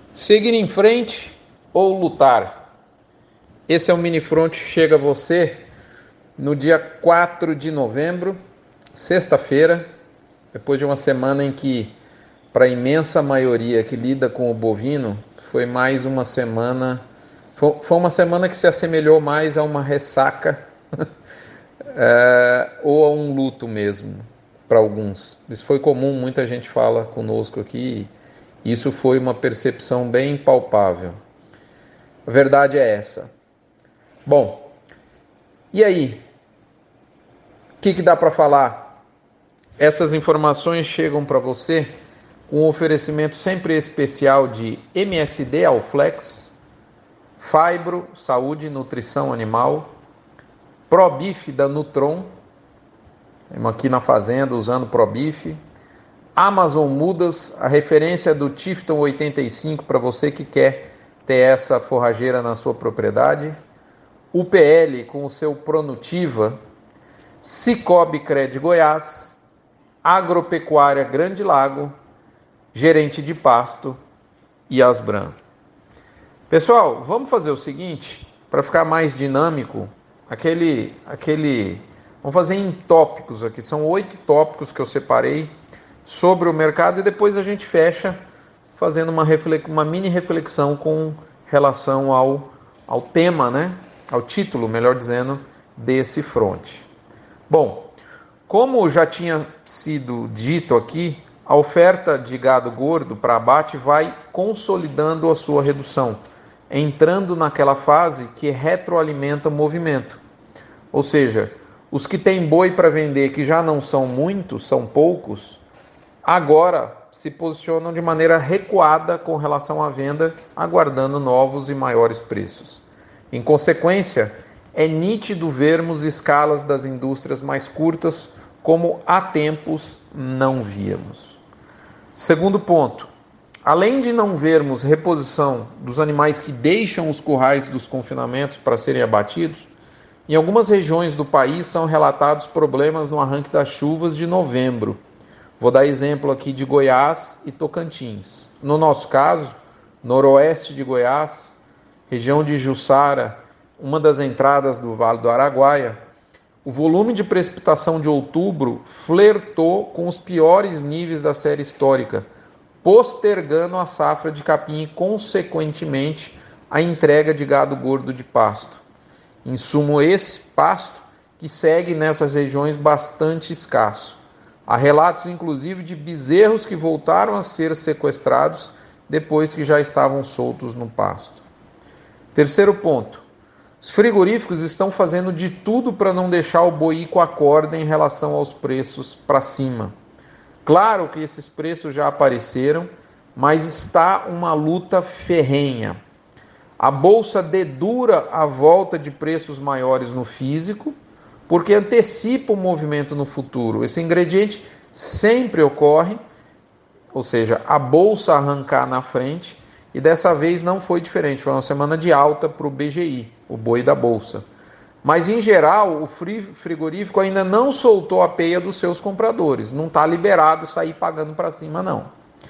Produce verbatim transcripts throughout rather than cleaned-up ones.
Seguir em frente ou lutar? Esse é o Minifront, chega a você no dia quatro de novembro, sexta-feira, depois de uma semana em que, para a imensa maioria que lida com o bovino, foi mais uma semana, foi uma semana que se assemelhou mais a uma ressaca é, ou a um luto mesmo, para alguns. Isso foi comum, muita gente fala conosco aqui, e isso foi uma percepção bem palpável. A verdade é essa. Bom, e aí? O que, que dá para falar? Essas informações chegam para você com um oferecimento sempre especial de M S D Alflex, Fibro, Saúde e Nutrição Animal, ProBif da Nutron, estamos aqui na fazenda usando ProBif, Amazon Mudas, a referência do Tifton oitenta e cinco para você que quer ter essa forrageira na sua propriedade, U P L com o seu Pronutiva, Cicobi Cred Goiás, Agropecuária Grande Lago, Gerente de Pasto e Asbram. Pessoal, vamos fazer o seguinte, para ficar mais dinâmico, aquele, aquele, vamos fazer em tópicos aqui, são oito tópicos que eu separei sobre o mercado e depois a gente fecha fazendo uma, reflex, uma mini reflexão com relação ao, ao tema, né? Ao título, melhor dizendo, desse fronte. Bom, como já tinha sido dito aqui, a oferta de gado gordo para abate vai consolidando a sua redução, entrando naquela fase que retroalimenta o movimento. Ou seja, os que têm boi para vender, que já não são muitos, são poucos, agora se posicionam de maneira recuada com relação à venda, aguardando novos e maiores preços. Em consequência, é nítido vermos escalas das indústrias mais curtas como há tempos não víamos. Segundo ponto, além de não vermos reposição dos animais que deixam os currais dos confinamentos para serem abatidos, em algumas regiões do país são relatados problemas no arranque das chuvas de novembro. Vou dar exemplo aqui de Goiás e Tocantins. No nosso caso, noroeste de Goiás, região de Jussara, uma das entradas do Vale do Araguaia, o volume de precipitação de outubro flertou com os piores níveis da série histórica, postergando a safra de capim e, consequentemente, a entrega de gado gordo de pasto. Insumo esse, pasto, que segue nessas regiões bastante escasso. Há relatos, inclusive, de bezerros que voltaram a ser sequestrados depois que já estavam soltos no pasto. Terceiro ponto. Os frigoríficos estão fazendo de tudo para não deixar o boi ir com a corda em relação aos preços para cima. Claro que esses preços já apareceram, mas está uma luta ferrenha. A bolsa dedura a volta de preços maiores no físico, porque antecipa o movimento no futuro. Esse ingrediente sempre ocorre, ou seja, a bolsa arrancar na frente, e dessa vez não foi diferente, foi uma semana de alta para o B G I, o boi da bolsa. Mas, em geral, o frigorífico ainda não soltou a peia dos seus compradores, não está liberado sair pagando para cima, não.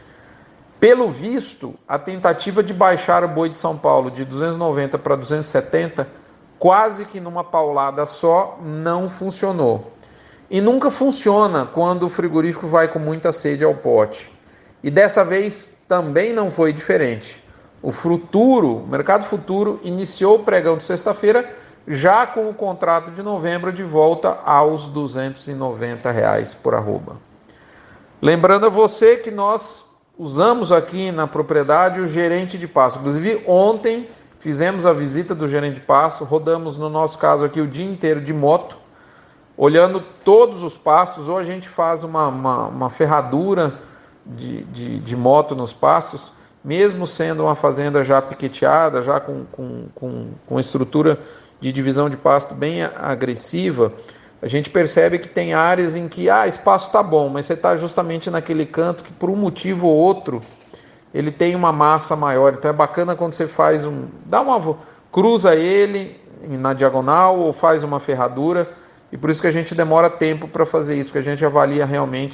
Pelo visto, a tentativa de baixar o boi de São Paulo de duzentos e noventa para duzentos e setenta, quase que numa paulada só, não funcionou. E nunca funciona quando o frigorífico vai com muita sede ao pote. E dessa vez também não foi diferente. O futuro, o mercado futuro, iniciou o pregão de sexta-feira já com o contrato de novembro de volta aos duzentos e noventa reais por arroba. Lembrando a você que nós usamos aqui na propriedade o gerente de pasto. Inclusive ontem fizemos a visita do gerente de pasto, rodamos no nosso caso aqui o dia inteiro de moto, olhando todos os pastos, ou a gente faz uma, uma, uma ferradura De, de, de moto nos pastos, mesmo sendo uma fazenda já piqueteada, já com, com, com, com estrutura de divisão de pasto bem agressiva, a gente percebe que tem áreas em que ah, esse pasto está bom, mas você está justamente naquele canto que por um motivo ou outro ele tem uma massa maior. Então é bacana quando você faz um, dá uma cruza ele na diagonal ou faz uma ferradura, e por isso que a gente demora tempo para fazer isso, porque a gente avalia realmente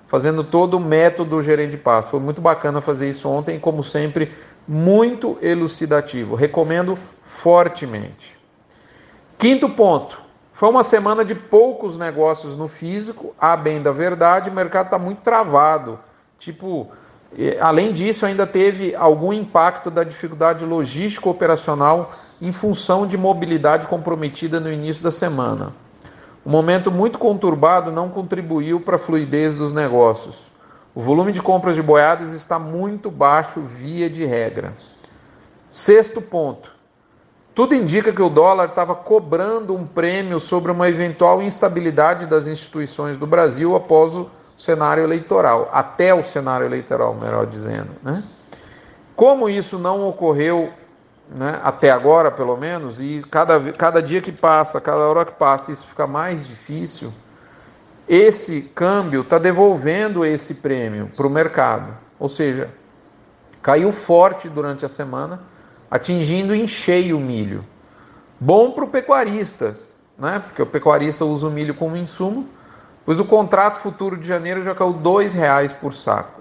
fazendo todo o método gerente de passo. Foi muito bacana fazer isso ontem, como sempre, muito elucidativo. Recomendo fortemente. Quinto ponto. Foi uma semana de poucos negócios no físico, a bem da verdade, o mercado está muito travado. Tipo, além disso, ainda teve algum impacto da dificuldade logística operacional em função de mobilidade comprometida no início da semana. O momento muito conturbado não contribuiu para a fluidez dos negócios. O volume de compras de boiadas está muito baixo via de regra. Sexto ponto. Tudo indica que o dólar estava cobrando um prêmio sobre uma eventual instabilidade das instituições do Brasil após o cenário eleitoral, até o cenário eleitoral, melhor dizendo, né? Como isso não ocorreu, né, até agora, pelo menos, e cada, cada dia que passa, cada hora que passa, isso fica mais difícil, esse câmbio está devolvendo esse prêmio para o mercado. Ou seja, caiu forte durante a semana, atingindo em cheio o milho. Bom para o pecuarista, né? Porque o pecuarista usa o milho como insumo, pois o contrato futuro de janeiro já caiu dois reais por saco.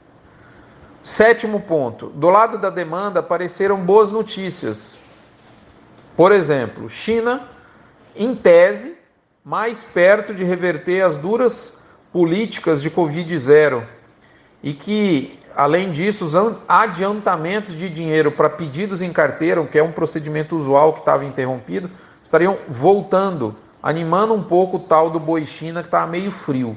Sétimo ponto. Do lado da demanda apareceram boas notícias. Por exemplo, China, em tese, mais perto de reverter as duras políticas de Covid zero e que, além disso, os adiantamentos de dinheiro para pedidos em carteira, que é um procedimento usual que estava interrompido, estariam voltando, animando um pouco o tal do boi China que estava meio frio.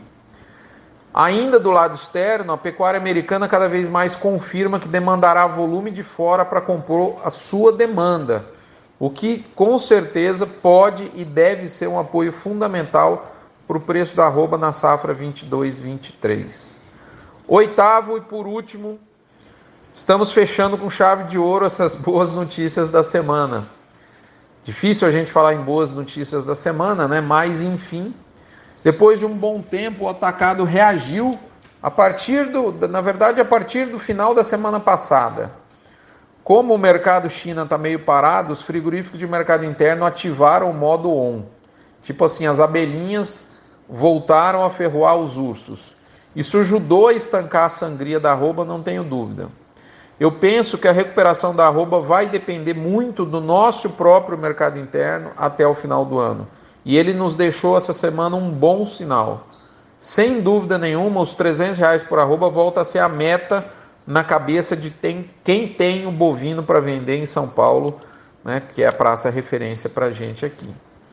Ainda do lado externo, a pecuária americana cada vez mais confirma que demandará volume de fora para compor a sua demanda, o que com certeza pode e deve ser um apoio fundamental para o preço da arroba na safra vinte e dois vinte e três. Oitavo e por último, estamos fechando com chave de ouro essas boas notícias da semana. Difícil a gente falar em boas notícias da semana, né? Mas enfim, depois de um bom tempo, o atacado reagiu a partir do, na verdade, a partir do final da semana passada. Como o mercado China está meio parado, os frigoríficos de mercado interno ativaram o modo on. Tipo assim, as abelhinhas voltaram a ferroar os ursos. Isso ajudou a estancar a sangria da arroba, não tenho dúvida. Eu penso que a recuperação da arroba vai depender muito do nosso próprio mercado interno até o final do ano. E ele nos deixou essa semana um bom sinal. Sem dúvida nenhuma, os trezentos reais por arroba volta a ser a meta na cabeça de tem, quem tem o bovino para vender em São Paulo, né, que é a praça referência para a gente aqui.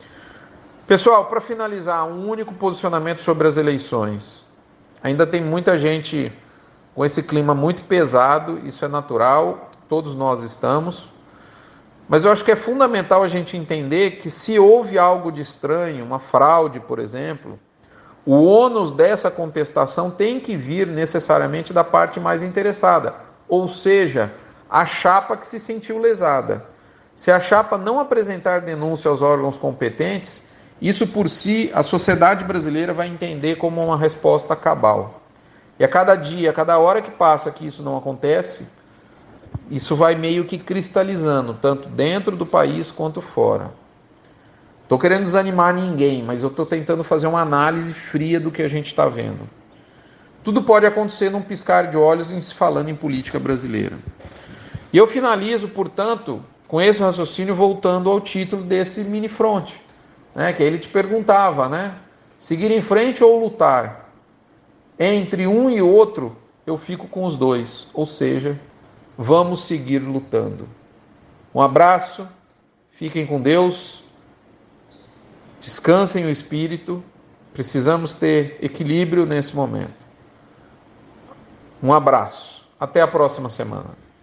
Pessoal, para finalizar, um único posicionamento sobre as eleições. Ainda tem muita gente com esse clima muito pesado, isso é natural, todos nós estamos. Mas eu acho que é fundamental a gente entender que se houve algo de estranho, uma fraude, por exemplo, o ônus dessa contestação tem que vir necessariamente da parte mais interessada, ou seja, a chapa que se sentiu lesada. Se a chapa não apresentar denúncia aos órgãos competentes, isso por si a sociedade brasileira vai entender como uma resposta cabal. E a cada dia, a cada hora que passa que isso não acontece, isso vai meio que cristalizando, tanto dentro do país quanto fora. Estou querendo desanimar ninguém, mas eu estou tentando fazer uma análise fria do que a gente está vendo. Tudo pode acontecer num piscar de olhos em se falando em política brasileira. E eu finalizo, portanto, com esse raciocínio voltando ao título desse mini-front, né, que ele te perguntava, né, seguir em frente ou lutar? Entre um e outro, eu fico com os dois, ou seja, vamos seguir lutando. Um abraço, fiquem com Deus, descansem o espírito, precisamos ter equilíbrio nesse momento. Um abraço, até a próxima semana.